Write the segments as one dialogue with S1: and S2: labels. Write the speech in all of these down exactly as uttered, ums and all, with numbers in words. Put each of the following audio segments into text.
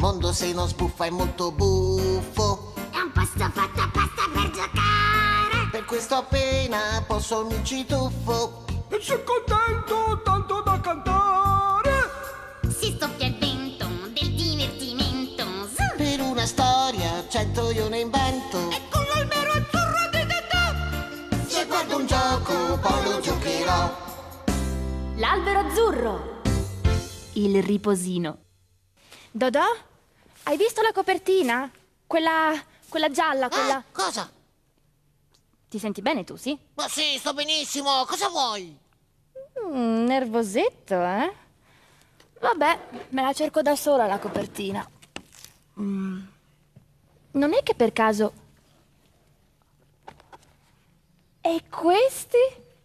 S1: mondo se non sbuffa è molto buffo.
S2: È un posto fatto apposta per giocare.
S1: Per questo appena posso mi ci tuffo.
S3: E sono contento, tanto da cantare.
S2: Si stoppia il vento del divertimento. Zu!
S1: Per una storia cento io ne invento.
S2: E con l'albero azzurro di Dodò.
S1: Se guardo un gioco poi lo giocherò.
S4: L'albero azzurro. Il riposino.
S5: Dodò, hai visto la copertina? Quella, quella gialla, quella...
S1: Ah, cosa?
S5: Ti senti bene tu, sì?
S1: Ma sì, sto benissimo, cosa vuoi?
S5: Mm, nervosetto, eh? Vabbè, me la cerco da sola la copertina. Mm. Non è che per caso... E questi?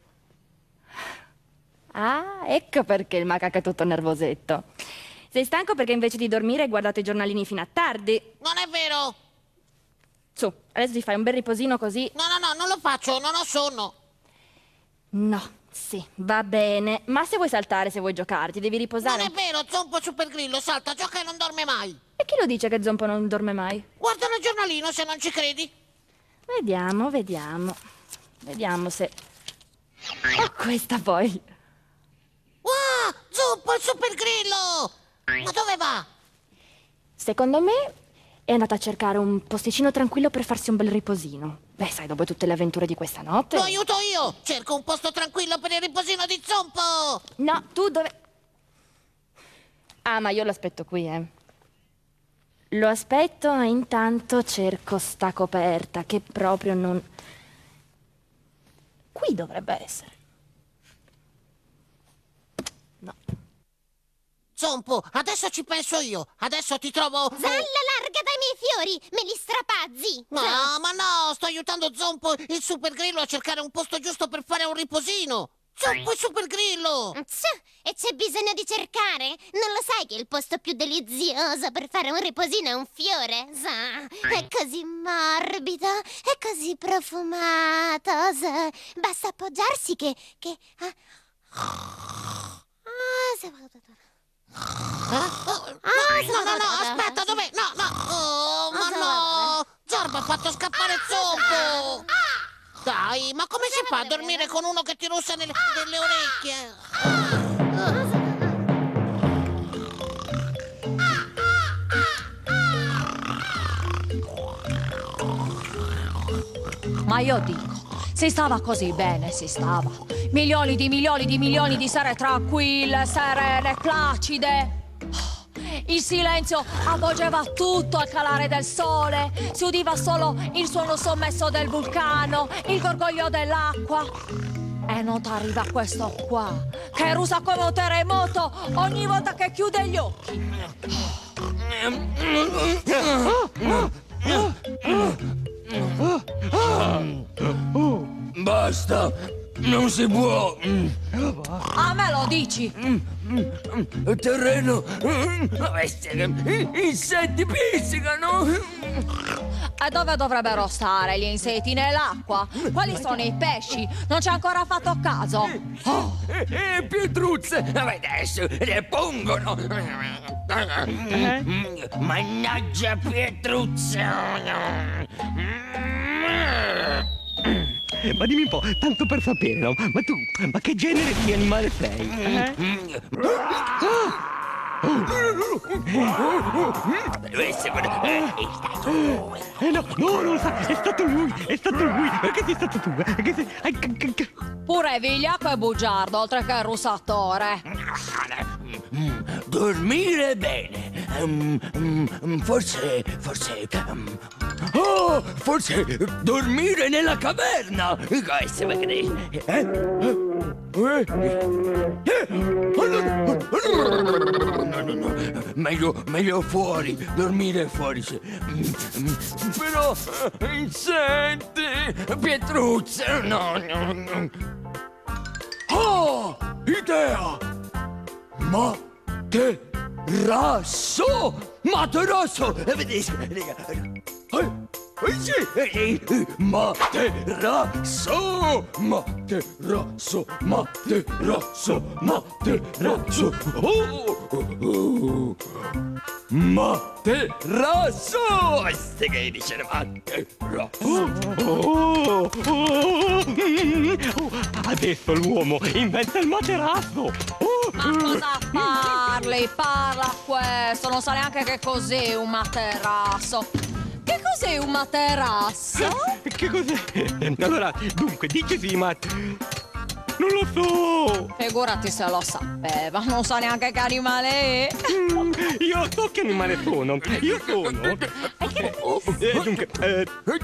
S5: Ah, ecco perché il macaco è tutto nervosetto. Sei stanco perché invece di dormire hai guardato i giornalini fino a tardi.
S1: Non è vero!
S5: Su, adesso ti fai un bel riposino così.
S1: No, no, no, non lo faccio, non ho sonno.
S5: No, sì, va bene. Ma se vuoi saltare, se vuoi giocare, ti devi riposare.
S1: Non è vero, Zompo Super Grillo salta, gioca e non dorme mai.
S5: E chi lo dice che Zompo non dorme mai?
S1: Guarda nel giornalino se non ci credi.
S5: Vediamo, vediamo. Vediamo se... Oh, questa poi.
S1: Wow, Zompo il Super Grillo! Ma dove va?
S5: Secondo me è andata a cercare un posticino tranquillo per farsi un bel riposino. Beh, sai, dopo tutte le avventure di questa notte...
S1: Lo aiuto io! Cerco un posto tranquillo per il riposino di Zompo!
S5: No, tu dove... Ah, ma io lo aspetto qui, eh. Lo aspetto e intanto cerco sta coperta che proprio non... Qui dovrebbe essere. No.
S1: Zompo, adesso ci penso io. Adesso ti trovo...
S2: Zalla, larga dai miei fiori, me li strapazzi.
S1: No, ma no, sto aiutando Zompo il Super Grillo a cercare un posto giusto per fare un riposino. Zompo il Super Grillo!
S2: Tch, e c'è bisogno di cercare? Non lo sai che il posto più delizioso per fare un riposino è un fiore? Sa, è così morbido, è così profumato, sa. Basta appoggiarsi che... che ah. Ah, se...
S1: Ah, oh,
S2: Ah,
S1: no, no, no, aspetta, dov'è? No, no, oh, ma no! Zorba ha fatto scappare Zompo! Dai, ma come si fa a dormire con uno che ti russa nelle, nelle orecchie?
S6: Ma io dico, si stava così bene, si stava. Milioni di milioni di milioni di sere tranquille, serene, placide. Il silenzio avvolgeva tutto al calare del sole. Si udiva solo il suono sommesso del vulcano, il gorgoglio dell'acqua. E non t'arriva questo qua, che russa come un terremoto ogni volta che chiude gli occhi.
S3: Basta, non si può.
S6: A me lo dici?
S3: Terreno, insetti pizzicano.
S6: E dove dovrebbero stare gli insetti? Nell'acqua? Quali sono i pesci? Non ci ha ancora fatto caso? Oh.
S3: E, e Pietruzze, adesso le pongono.
S6: Eh?
S3: Mannaggia Pietruzze.
S7: Ma dimmi un po', tanto per sapere, no? Ma tu, ma che genere di animale sei? Eh?
S3: Deve essere... È stato lui.
S7: Eh no, no, non lo sa, è stato lui, è stato lui. Perché sei stato tu? Perché sei...
S6: Pure vigliacco e bugiardo, oltre che russatore.
S3: Dormire bene. Um, um, forse, forse... Um, oh, forse dormire nella caverna. Questo perché... Eh? Eh? Eh? No, no, no. Meglio, meglio fuori, dormire fuori. Però, insetti, Pietruzze, no, no, no. Oh, idea! Materasso! Materasso! Vedete? Sì! Materasso! Materasso! Materasso! Materasso! Oh! Oh!
S8: materasso! Queste che dice materasso!
S7: Oh, oh, oh. Adesso l'uomo inventa il materasso! Oh.
S6: Ma cosa parli? Parla questo, non sa neanche che cos'è un materasso. Che cos'è un materasso?
S7: Che cos'è? Allora, dunque, dice sì, ma... non lo so!
S6: Figurati se lo sapeva, non sa neanche che animale è.
S7: Mm, io so che animale sono, io sono... Eh, dunque, eh...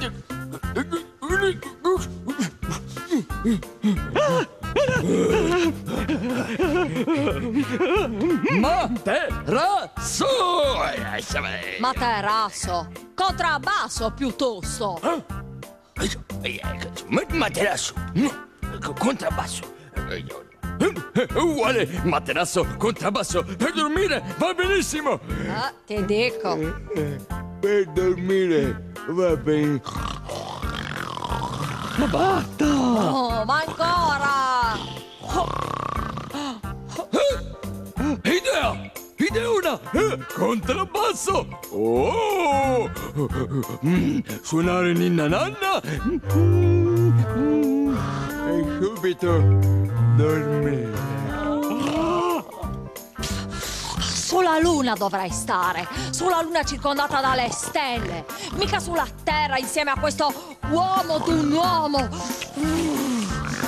S8: Materasso!
S6: Materasso, contrabbasso piuttosto.
S8: Materasso, contrabbasso. Uguale, materasso, contrabbasso, per dormire va benissimo.
S6: Ah, ti dico.
S8: Per dormire va bene.
S7: Ma basta!
S6: Oh, ma ancora!
S8: Idea! Ideona! Contrabbasso! Oh! Mm, suonare ninna nanna mm, e subito dormire.
S6: Sulla luna dovrai stare, sulla luna circondata dalle stelle, mica sulla terra insieme a questo uomo d'un uomo. Mm.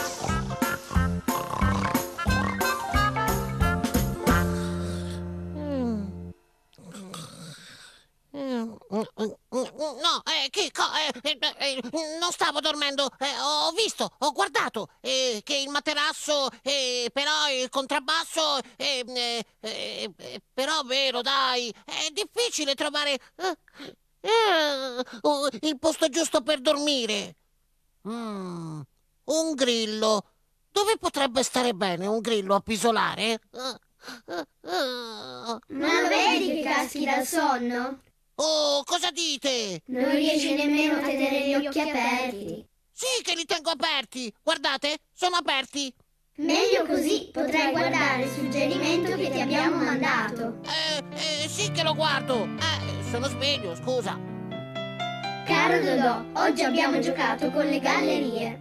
S1: No, eh, che co- eh, eh, eh, non stavo dormendo, eh, ho visto, ho guardato eh, che il materasso, eh, però il contrabbasso, eh, eh, eh, eh, però vero, dai, è difficile trovare eh, eh, oh, il posto giusto per dormire. Mm, un grillo, dove potrebbe stare bene un grillo appisolare? Uh, uh, uh.
S9: Ma lo vedi che caschi dal sonno?
S1: Oh, cosa dite?
S9: Non riesci nemmeno a tenere gli occhi aperti.
S1: Sì che li tengo aperti. Guardate, sono aperti.
S9: Meglio così, potrai guardare il suggerimento che ti abbiamo mandato.
S1: Eh, eh, sì che lo guardo. Eh, sono sveglio, scusa.
S9: Caro Dodò, oggi abbiamo giocato con le gallerie.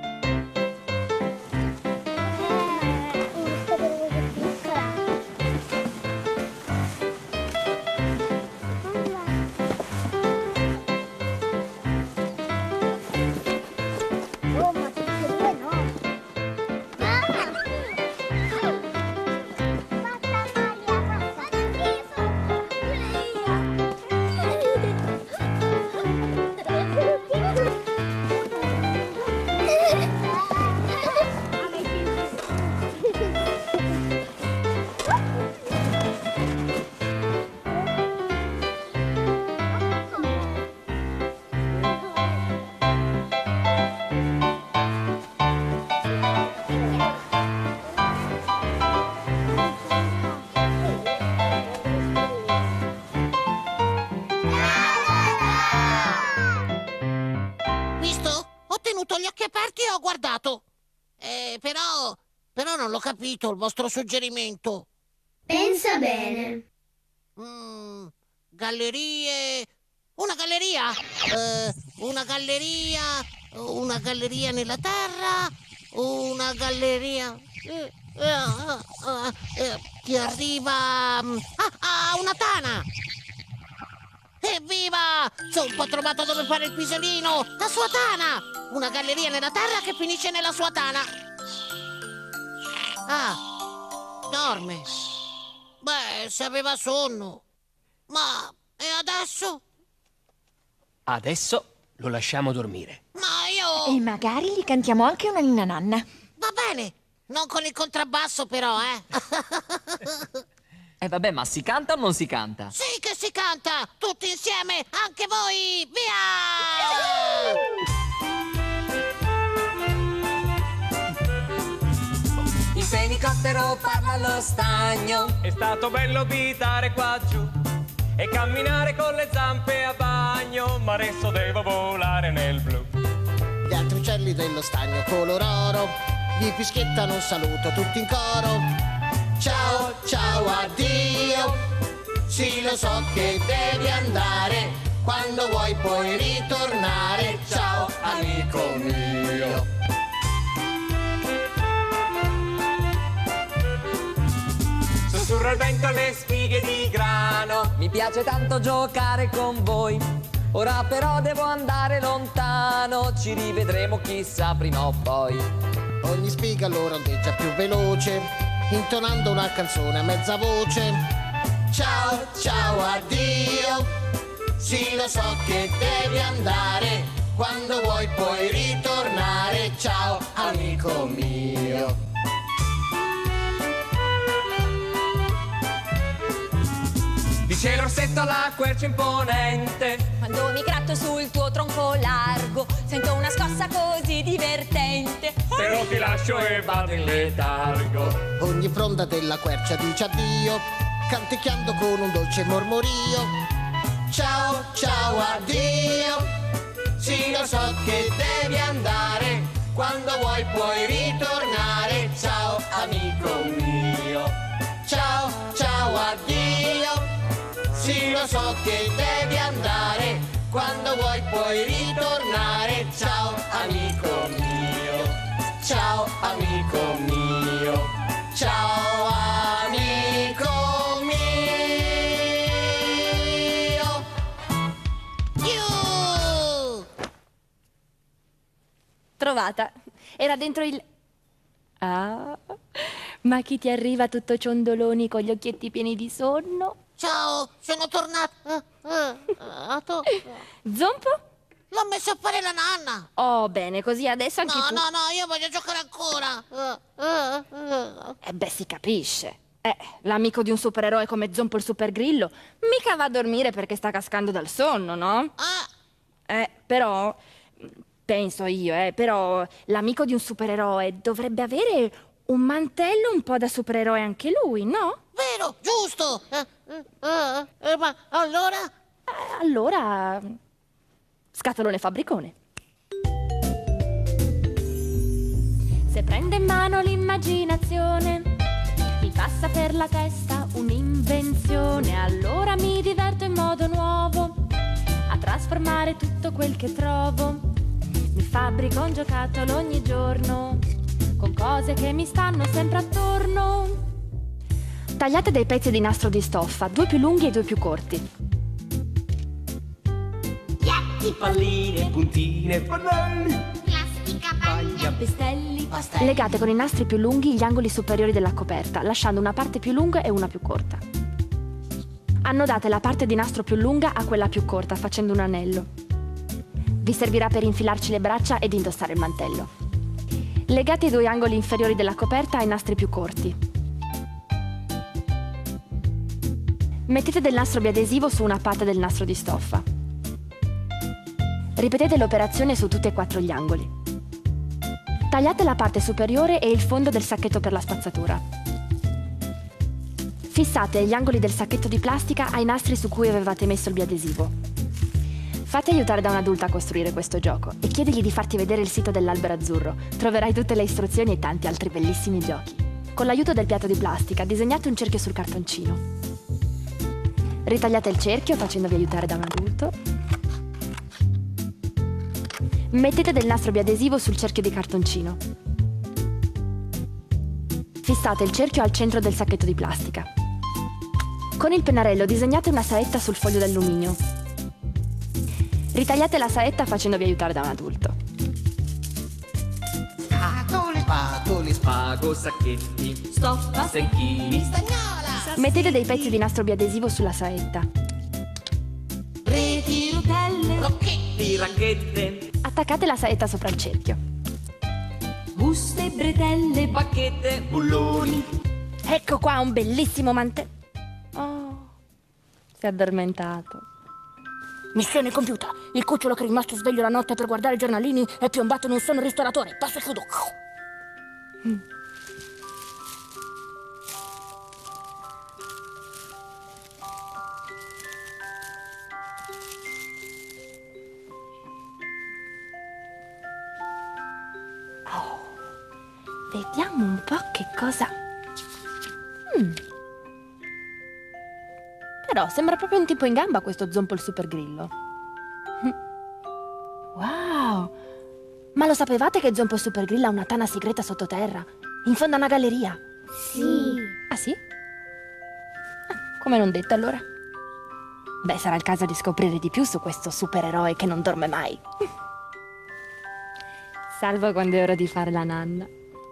S1: Gli occhi aperti e ho guardato. Eh, però, però non l'ho capito il vostro suggerimento.
S9: Pensa bene.
S1: Mm, gallerie. Una galleria. Eh, una galleria. Una galleria nella terra. Una galleria. Eh, eh, eh, eh, ti arriva. Ah, ah, una tana. Evviva! Zoppo ha trovato dove fare il pisolino! La sua tana! Una galleria nella terra che finisce nella sua tana! Ah, dorme. Beh, se aveva sonno. Ma, e adesso?
S10: Adesso lo lasciamo dormire.
S1: Ma io...
S11: E magari gli cantiamo anche una ninna nanna.
S1: Va bene, non con il contrabbasso però, eh!
S10: E eh vabbè, ma si canta o non si canta?
S1: Sì che si canta! Tutti insieme, anche voi! Via!
S12: Il fenicottero parla allo stagno.
S3: È stato bello abitare qua giù e camminare con le zampe a bagno, ma adesso devo volare nel blu.
S1: Gli altri uccelli dello stagno color oro gli fischiettano un saluto tutti in coro. Ciao, ciao, addio. Sì, lo so che devi andare, quando vuoi puoi ritornare. Ciao, amico mio.
S3: Sussurra il vento le spighe di grano.
S12: Mi piace tanto giocare con voi. Ora però devo andare lontano. Ci rivedremo chissà prima o poi.
S1: Ogni spiga allora ondeggia più veloce, intonando una canzone a mezza voce. Ciao, ciao, addio. Sì, lo so che devi andare, quando vuoi puoi ritornare. Ciao, amico mio.
S3: Dice l'orsetto alla quercia imponente.
S13: Quando mi gratto sul tuo tronco largo, sento una scossa così divertente.
S3: Però ti lascio e vado in letargo.
S1: Ogni fronda della quercia dice addio, canticchiando con un dolce mormorio. Ciao, ciao, addio. Sì, lo so che devi andare, quando vuoi puoi ritornare. Ciao, amico mio. Ciao, ciao, addio. Sì, lo so che devi andare, quando vuoi puoi ritornare. Ciao, amico mio. Ciao, amico mio. Ciao, amico mio. Iuh!
S5: Trovata. Era dentro il... Ah, ma chi ti arriva tutto ciondoloni con gli occhietti pieni di sonno?
S1: Ciao, sono tornato. Uh, uh, uh, tu.
S5: Zompo?
S1: L'ho messo a fare la nanna.
S5: Oh, bene, così adesso anche
S1: no,
S5: tu...
S1: No, no, io voglio giocare ancora. Uh, uh, uh.
S5: Eh beh, si capisce. Eh, l'amico di un supereroe come Zompo il Supergrillo mica va a dormire perché sta cascando dal sonno, no?
S1: Ah.
S5: Eh, però... Penso io, eh, però l'amico di un supereroe dovrebbe avere un mantello un po' da supereroe anche lui, no?
S1: Vero, giusto. Uh, uh, uh, uh, ma allora?
S5: Eh, allora... Scatolone fabbricone. Se prende in mano l'immaginazione, mi passa per la testa un'invenzione, allora mi diverto in modo nuovo a trasformare tutto quel che trovo. Mi fabbrico un giocattolo ogni giorno con cose che mi stanno sempre attorno. Tagliate dei pezzi di nastro di stoffa, due più lunghi e due più corti.
S12: Piatti, palline, puntine, pannelli,
S2: plastica, paglia,
S13: pestelli,
S5: pastelli. Legate con i nastri più lunghi gli angoli superiori della coperta, lasciando una parte più lunga e una più corta. Annodate la parte di nastro più lunga a quella più corta, facendo un anello. Vi servirà per infilarci le braccia ed indossare il mantello. Legate i due angoli inferiori della coperta ai nastri più corti. Mettete del nastro biadesivo su una parte del nastro di stoffa. Ripetete l'operazione su tutti e quattro gli angoli. Tagliate la parte superiore e il fondo del sacchetto per la spazzatura. Fissate gli angoli del sacchetto di plastica ai nastri su cui avevate messo il biadesivo. Fatti aiutare da un adulto a costruire questo gioco e chiedigli di farti vedere il sito dell'Albero Azzurro. Troverai tutte le istruzioni e tanti altri bellissimi giochi. Con l'aiuto del piatto di plastica disegnate un cerchio sul cartoncino. Ritagliate il cerchio facendovi aiutare da un adulto. Mettete del nastro biadesivo sul cerchio di cartoncino. Fissate il cerchio al centro del sacchetto di plastica. Con il pennarello disegnate una saetta sul foglio d'alluminio. Ritagliate la saetta facendovi aiutare da un adulto.
S12: Scatole, spatole, spago, sacchetti, stoffa, secchini,
S1: Stagnola.
S5: Mettete dei pezzi di nastro biadesivo sulla saetta.
S12: reti, rotelle,
S1: Rocchetti,
S12: racchette,
S5: Attaccate la saetta sopra il cerchio.
S12: buste, bretelle, bacchette, bulloni.
S5: Ecco qua un bellissimo mantello. Oh, si è addormentato.
S6: Missione compiuta. Il cucciolo che è rimasto sveglio la notte per guardare i giornalini è piombato in un sonno ristoratore. Passo e chiudo.
S5: Mm. Oh, vediamo un po' che cosa... Mm. Però sembra proprio un tipo in gamba questo Zompo il super grillo. Wow! Ma lo sapevate che Zompo il super grillo ha una tana segreta sottoterra? In fondo a una galleria?
S9: Sì.
S5: Ah sì? Ah, come non detto allora. Beh, sarà il caso di scoprire di più su questo supereroe che non dorme mai. Salvo quando è ora di fare la nanna.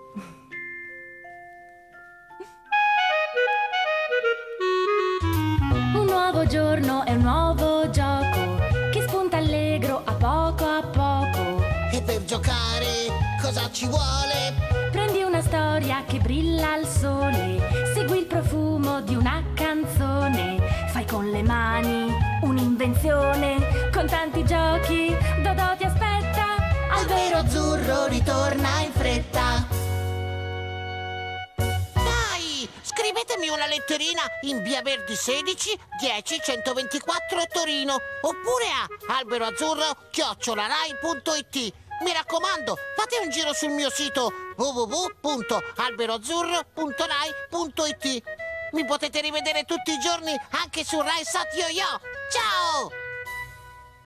S4: Un nuovo giorno è un nuovo gioco che spunta allegro a poco a poco.
S1: E per giocare cosa ci vuole?
S4: Prendi una storia che brilla al sole, segui il profumo di una canzone, fai con le mani un'invenzione, con tanti giochi Dodò ti aspetta.
S1: Albero azzurro ritorna in fretta. Dai, scrivetemi una letterina in via Verdi sedici, dieci centoventiquattro Torino, oppure a alberoazzurro chiocciola rai punto it. Mi raccomando, fate un giro sul mio sito w w w punto alberoazzurro punto rai punto it. Mi potete rivedere tutti i giorni anche su Rai Sat Yo-Yo. Ciao!